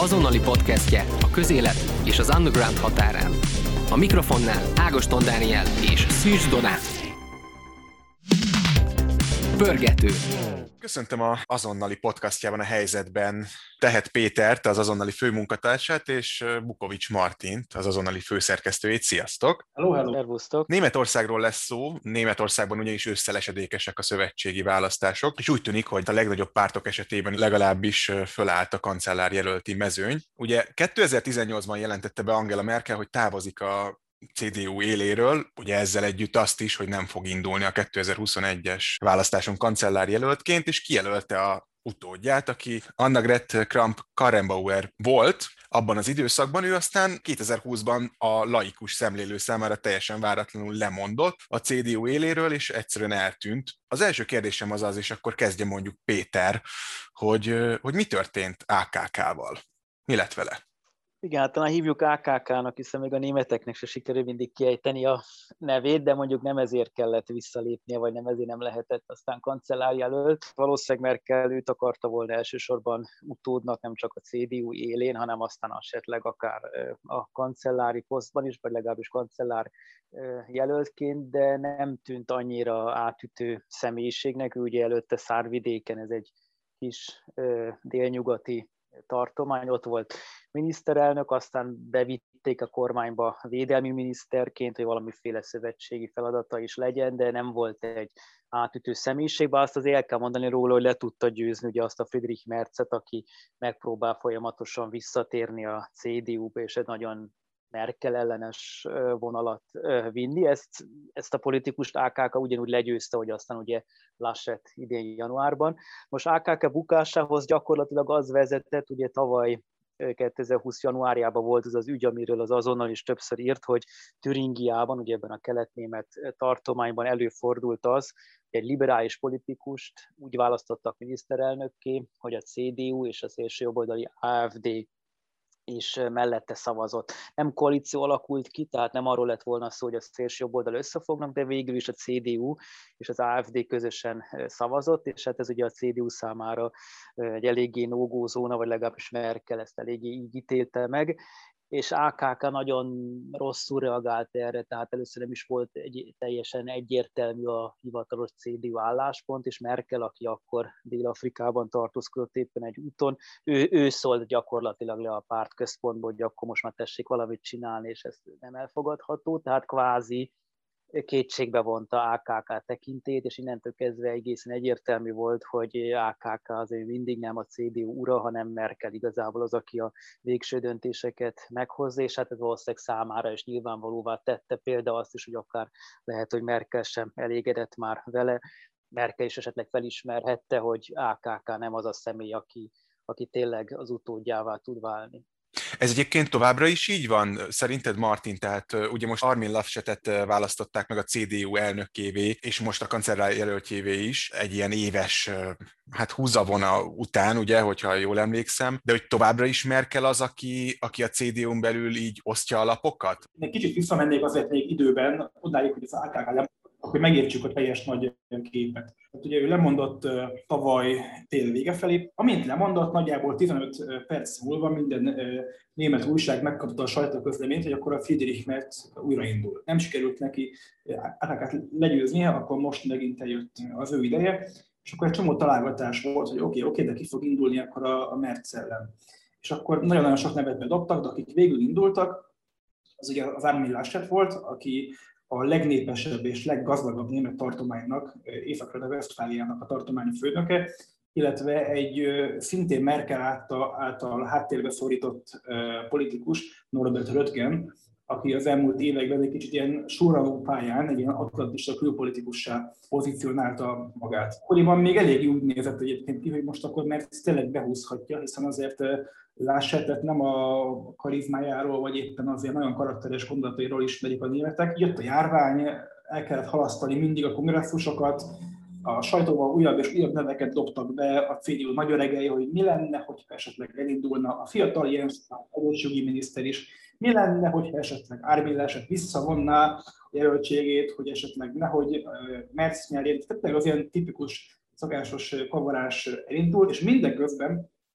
azonnali podcastje a közélet és az underground határán. A mikrofonnál Ágoston Dániel és Szűcs Donát. Pörgető. Köszöntöm az azonnali podcastjában a helyzetben Tehet Pétert, az azonnali főmunkatársát, és Bukovics Martint, az azonnali főszerkesztőjét. Sziasztok! Hello! Szervusztok! Németországról lesz szó, Németországban ugyanis összelesedékesek a szövetségi választások, és úgy tűnik, hogy a legnagyobb pártok esetében legalábbis fölállt a kancellárjelölti mezőny. Ugye 2018-ban jelentette be Angela Merkel, hogy távozik a CDU éléről, ugye ezzel együtt azt is, hogy nem fog indulni a 2021-es választáson kancellárjelöltként, és kijelölte a utódját, aki Annegret Kramp-Karrenbauer volt abban az időszakban. Ő aztán 2020-ban a laikus szemlélő számára teljesen váratlanul lemondott a CDU éléről, és egyszerűen eltűnt. Az első kérdésem az, és akkor kezdje mondjuk Péter, hogy mi történt AKK-val? Mi lett vele? Igen, hát talán hívjuk AKK-nak, hiszen még a németeknek se sikerül mindig kiejteni a nevét, de mondjuk nem ezért kellett visszalépnie, vagy nem ezért nem lehetett aztán kancellárjelölt. Valószínűleg Merkel őt akarta volna elsősorban utódnak, nem csak a CDU élén, hanem aztán esetleg akár a kancellári posztban is, vagy legalábbis kancellár jelöltként, de nem tűnt annyira átütő személyiségnek. Ő ugye előtte Szárvidéken, ez egy kis délnyugati tartomány, ott volt miniszterelnök, aztán bevitték a kormányba védelmi miniszterként, hogy valamiféle szövetségi feladata is legyen, de nem volt egy átütő személyiség, bár azt azért el kell mondani róla, hogy le tudta győzni ugye azt a Friedrich Merzet, aki megpróbál folyamatosan visszatérni a CDU-ba, és egy nagyon Merkel ellenes vonalat vinni. Ezt a politikust AKK ugyanúgy legyőzte, hogy aztán ugye Laschet idén januárban. Most AKK bukásához gyakorlatilag az vezetett, ugye tavaly 2020 januárjában volt ez az ügy, amiről az azonnal is többször írt, hogy Türingiában, ugye ebben a kelet-német tartományban előfordult az, hogy egy liberális politikust úgy választottak miniszterelnökké, hogy a CDU és a szélsőjobboldali AfD és mellette szavazott. Nem koalíció alakult ki, tehát nem arról lett volna szó, hogy a szélsőjobboldal összefognak, de végül is a CDU és az AfD közösen szavazott, és hát ez ugye a CDU számára egy eléggé no-go zóna, vagy legalábbis Merkel ezt eléggé így ítélte meg, és AKK nagyon rosszul reagált erre, tehát először nem is volt egy teljesen egyértelmű a hivatalos CDU álláspont, és Merkel, aki akkor Dél-Afrikában tartózkodott éppen egy úton, ő szólt gyakorlatilag le a párt központból, hogy akkor most már tessék valamit csinálni, és ez nem elfogadható, tehát kvázi kétségbe vonta AKK tekintélyét, és innentől kezdve egészen egyértelmű volt, hogy AKK azért mindig nem a CDU ura, hanem Merkel igazából az, aki a végső döntéseket meghozza, és hát ez valószínűleg számára is nyilvánvalóvá tette, például azt is, hogy akár lehet, hogy Merkel sem elégedett már vele, Merkel is esetleg felismerhette, hogy AKK nem az a személy, aki tényleg az utódjává tud válni. Ez egyébként továbbra is így van? Szerinted, Martin, tehát ugye most Armin Laschetet választották meg a CDU elnökévé, és most a kancellárjelöltjévé is egy ilyen éves húzavona után, ugye, hogyha jól emlékszem, de hogy továbbra is Merkel az, aki a CDU-n belül így osztja a lapokat? Egy kicsit visszamennék azért még időben, odáig, hogy az AKK hogy megértsük a teljes nagy képet. Hát ugye ő lemondott tavaly tél vége felé. Amint lemondott, nagyjából 15 perc múlva minden német újság megkapta a sajtóközleményt, hogy akkor a Friedrich Merz újraindul. Nem sikerült neki AKK-t legyőznie, akkor most megint eljött az ő ideje, és akkor egy csomó találgatás volt, hogy oké, de ki fog indulni akkor a Merz ellen. És akkor nagyon-nagyon sok nevet bedobtak, de akik végül indultak, az ugye az Armin Laschet volt, aki a legnépesebb és leggazdagabb német tartománynak, Észak-Rhine-Westfáliának a tartományi főnöke, illetve egy szintén Merkel által háttérbe szorított politikus, Norbert Röttgen, aki az elmúlt években egy kicsit ilyen surranó pályán, egy ilyen atlantista külpolitikussá pozícionálta magát. Akkoriban még elég úgy nézett egyébként ki, hogy most akkor Merz tényleg behúzhatja, hiszen azért Laschetet nem a karizmájáról, vagy éppen azért nagyon karakteres gondolatairól ismerik a németek. Jött a járvány, el kellett halasztani mindig a kongresszusokat, a sajtóban újabb és újabb neveket dobtak be a CDU nagy öregei, hogy mi lenne, hogyha esetleg elindulna a fiatal Jens, a egészségügyi miniszter is, mi lenne, hogyha esetleg Armin Laschet visszavonná a jelöltségét, hogy esetleg nehogy Merz nyerjen. Tehát az ilyen tipikus szokásos kavarás elindult, és mindeközben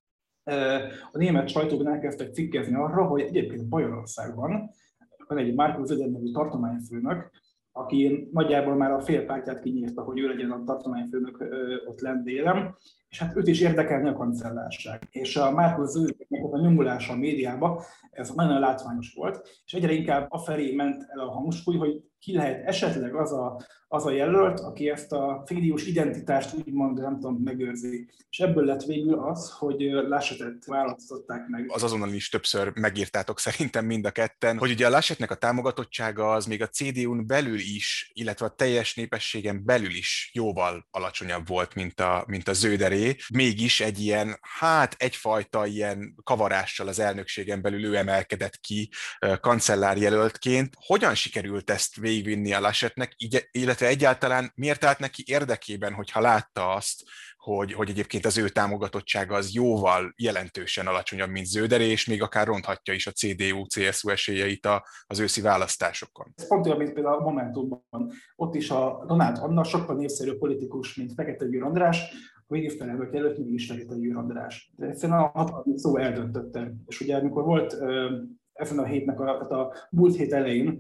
a német sajtóban elkezdtek cikkezni arra, hogy egyébként Bajorországban van egy Markus Söder nevű tartományfőnök, aki nagyjából már a fél pártját kinyírta, hogy ő legyen a tartományfőnök ott lent délen, és hát őt is érdekelni a kancellárság. És a Markus Södernek a nyomulása a médiában, ez nagyon látványos volt, és egyre inkább afelé ment el a hangsúly, hogy ki lehet esetleg az a jelölt, aki ezt a CDU-s identitást úgymond, nem tudom, megőrzi. És ebből lett végül az, hogy Laschetet választották meg. Az azonnal is többször megírtátok szerintem mind a ketten, hogy ugye a Laschetnek a támogatottsága az még a CDU-n belül is, illetve a teljes népességen belül is jóval alacsonyabb volt, mint a Söderé. Mégis egy ilyen, egyfajta ilyen kavarással az elnökségen belül ő emelkedett ki kancellárjelöltként. Hogyan sikerült ezt végigvinni a Laschetnek, illetve egyáltalán miért állt neki érdekében, hogyha látta azt, hogy egyébként az ő támogatottsága az jóval jelentősen alacsonyabb, mint Söderé, és még akár ronthatja is a CDU-CSU esélyeit az őszi választásokon. Ez pont olyan, mint például a Momentumban. Ott is a Donát Anna sokkal népszerűbb politikus, mint Fekete Győr András, a miniszterelnök előtt mégis Fekete Győr András. De egyszerűen a hatalmi szó eldöntötte. És ugye amikor volt ezen a hétnek, a múlt hét elején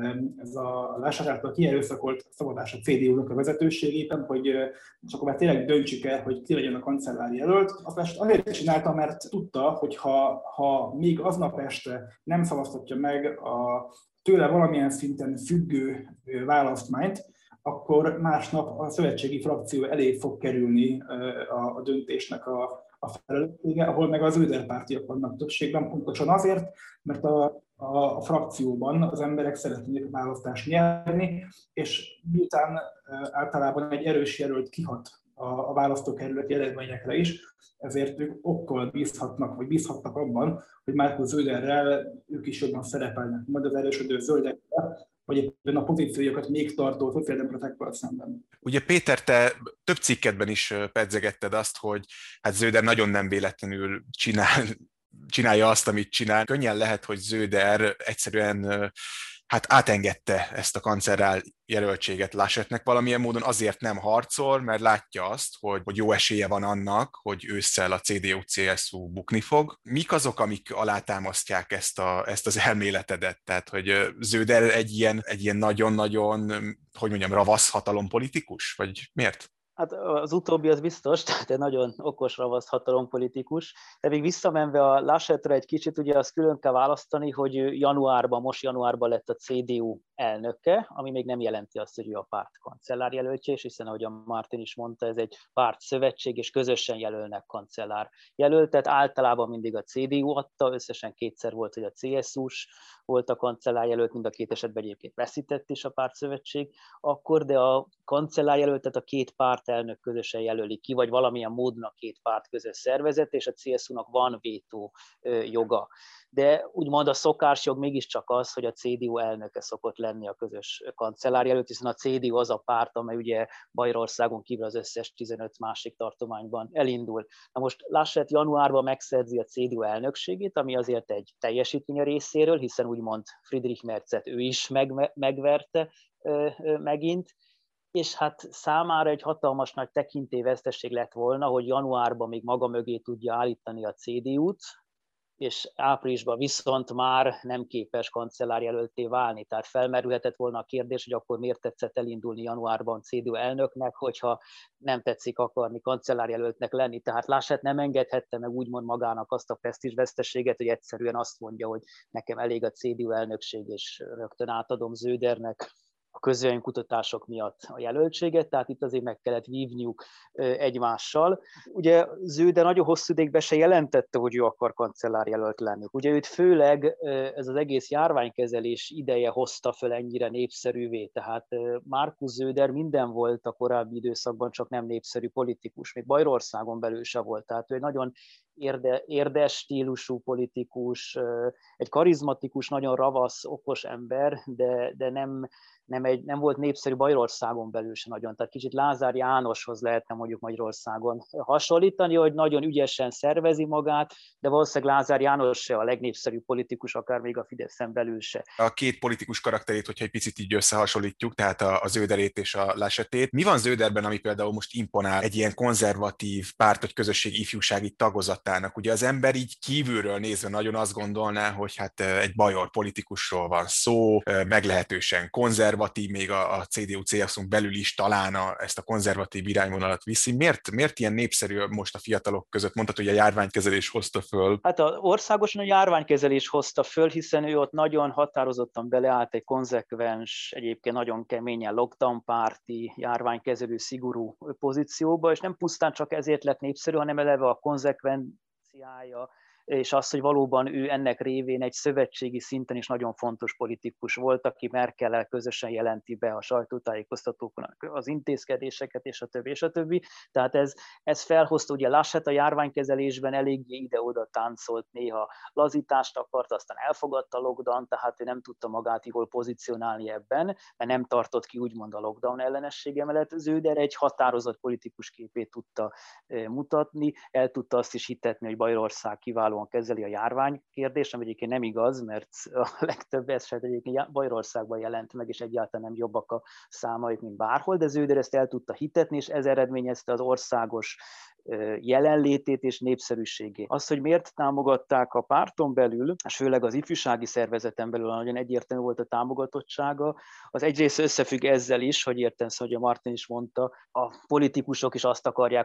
ez a Laschet által kierőszakolt szavazás a CDU-nak a vezetőségében, hogy csak akkor már tényleg döntsük el, hogy ki legyen a kancellár jelölt. Azt azért csinálta, mert tudta, hogy ha még aznap este nem szavaztatja meg a tőle valamilyen szinten függő választmányt, akkor másnap a szövetségi frakció elé fog kerülni a döntésnek a felelőssége, ahol meg az Söder pártiak vannak többségben, pontosan azért, mert a frakcióban az emberek szeretnék választást nyerni, és miután általában egy erős jelölt kihat a választókerületi eredményekre is, ezért ők okkal bízhatnak abban, hogy Markus Söderrel ők is jobban szerepelnek, majd az erősödő zöldekkel, vagy éppen a pozíciójukat még tartó szociáldemokratákkal szemben. Ugye Péter, te több cikkedben is pedzegetted azt, hogy hát Söder nagyon nem véletlenül csinálja azt, amit csinál. Könnyen lehet, hogy Söder egyszerűen átengedte ezt a kancellár jelöltséget Laschetnek valamilyen módon, azért nem harcol, mert látja azt, hogy jó esélye van annak, hogy ősszel a CDU-CSU bukni fog. Mik azok, amik alátámasztják ezt az elméletedet? Tehát, hogy Söder egy ilyen nagyon-nagyon, ravasz hatalompolitikus? Vagy miért? Hát az utóbbi az biztos, tehát egy nagyon okos ravasz hatalompolitikus. De még visszamenve a Laschetre egy kicsit, ugye azt külön kell választani, hogy most januárban lett a CDU elnöke, ami még nem jelenti azt, hogy ő a párt kancellárjelöltje, és hiszen ahogy a Martin is mondta, ez egy pártszövetség, és közösen jelölnek kancellárjelöltet. Általában mindig a CDU adta, összesen kétszer volt, hogy a CSU-s volt a kancellárjelölt, mind a két esetben egyébként veszített is a pártszövetség akkor, de a kancellárjelöltet a két pártelnök közösen jelöli ki, vagy valamilyen módon a két párt közös szervezet, és a CSU-nak van vétó joga. De úgymond a szokásjog mégiscsak az, hogy a CDU elnöke szokott lenni a közös kancellárjelölt, hiszen a CDU az a párt, amely ugye Bajorországon kívül az összes 15 másik tartományban elindul. Na most Laschet januárban megszerzi a CDU elnökségét, ami azért egy teljesítmény a részéről, hiszen úgymond Friedrich Merzet ő is megverte megint, és hát számára egy hatalmas nagy tekintélyveszteség lett volna, hogy januárban még maga mögé tudja állítani a CDU-t, és áprilisban viszont már nem képes kancellárjelöltté válni. Tehát felmerülhetett volna a kérdés, hogy akkor miért tetszett elindulni januárban CDU elnöknek, hogyha nem tetszik akarni kancellárjelöltnek lenni. Tehát Laschet nem engedhette meg úgymond magának azt a presztízsveszteséget, hogy egyszerűen azt mondja, hogy nekem elég a CDU elnökség, és rögtön átadom Södernek a közvéleménykutatások miatt a jelöltséget, tehát itt azért meg kellett vívniuk egymással. Ugye Söder nagyon hosszú ideig be se jelentette, hogy ő akar kancellárjelölt lenni. Ugye őt főleg ez az egész járványkezelés ideje hozta föl ennyire népszerűvé, tehát Markus Söder minden volt a korábbi időszakban, csak nem népszerű politikus, még Bajorországon belül se volt, tehát ő egy nagyon érdes stílusú politikus, egy karizmatikus, nagyon ravasz, okos ember, de nem volt népszerű Bajorországon belül se nagyon. Tehát kicsit Lázár Jánoshoz lehetne mondjuk Magyarországon hasonlítani, hogy nagyon ügyesen szervezi magát, de valószínűleg Lázár János se a legnépszerűbb politikus, akár még a Fideszen belül se. A két politikus karakterét, hogyha egy picit így összehasonlítjuk, tehát a Zöderét és a Laschetét. Mi van Zöderben, ami például most imponál egy ilyen konzervatív párt vagy közösség ifjúsági tagozatának? Ugye az ember így kívülről nézve nagyon azt gondolná, hogy hát egy bajor politikusról van szó, meglehetősen konzervatív, még a CDU-CSU-n belül is talán ezt a konzervatív irányvonalat viszi. Miért ilyen népszerű most a fiatalok között? Mondtad, hogy a járványkezelés hozta föl. Hát országosan a járványkezelés hozta föl, hiszen ő ott nagyon határozottan beleállt egy konzekvens, egyébként nagyon keményen lockdown párti, járványkezelő, szigorú pozícióba, és nem pusztán csak ezért lett népszerű, hanem eleve a konzekvenciája, és az, hogy valóban ő ennek révén egy szövetségi szinten is nagyon fontos politikus volt, aki Merkellel közösen jelenti be a sajtótájékoztatókon az intézkedéseket, és a többi, és a többi. Tehát ez felhozta, ugye Laschet a járványkezelésben eléggé ide-oda táncolt, néha lazítást akart, aztán elfogadta a lockdown, tehát ő nem tudta magát jól pozícionálni ebben, mert nem tartott ki úgymond a lockdown ellenessége mellett. Zöder egy határozott politikus képét tudta mutatni, el tudta azt is hitetni, hogy Bajorország kiválóan kezeli a járvány kérdést, ami egyébként nem igaz, mert a legtöbb eset egyébként Bajorországban jelent meg, és egyáltalán nem jobbak a számaik, mint bárhol, de Zöder ezt el tudta hitetni, és ez eredményezte az országos jelenlétét és népszerűségét. Az, hogy miért támogatták a párton belül, és főleg az ifjúsági szervezeten belül nagyon egyértelmű volt a támogatottsága, az egyrészt összefügg ezzel is, hogy értem, hogy a Martin is mondta, a politikusok is azt akarják,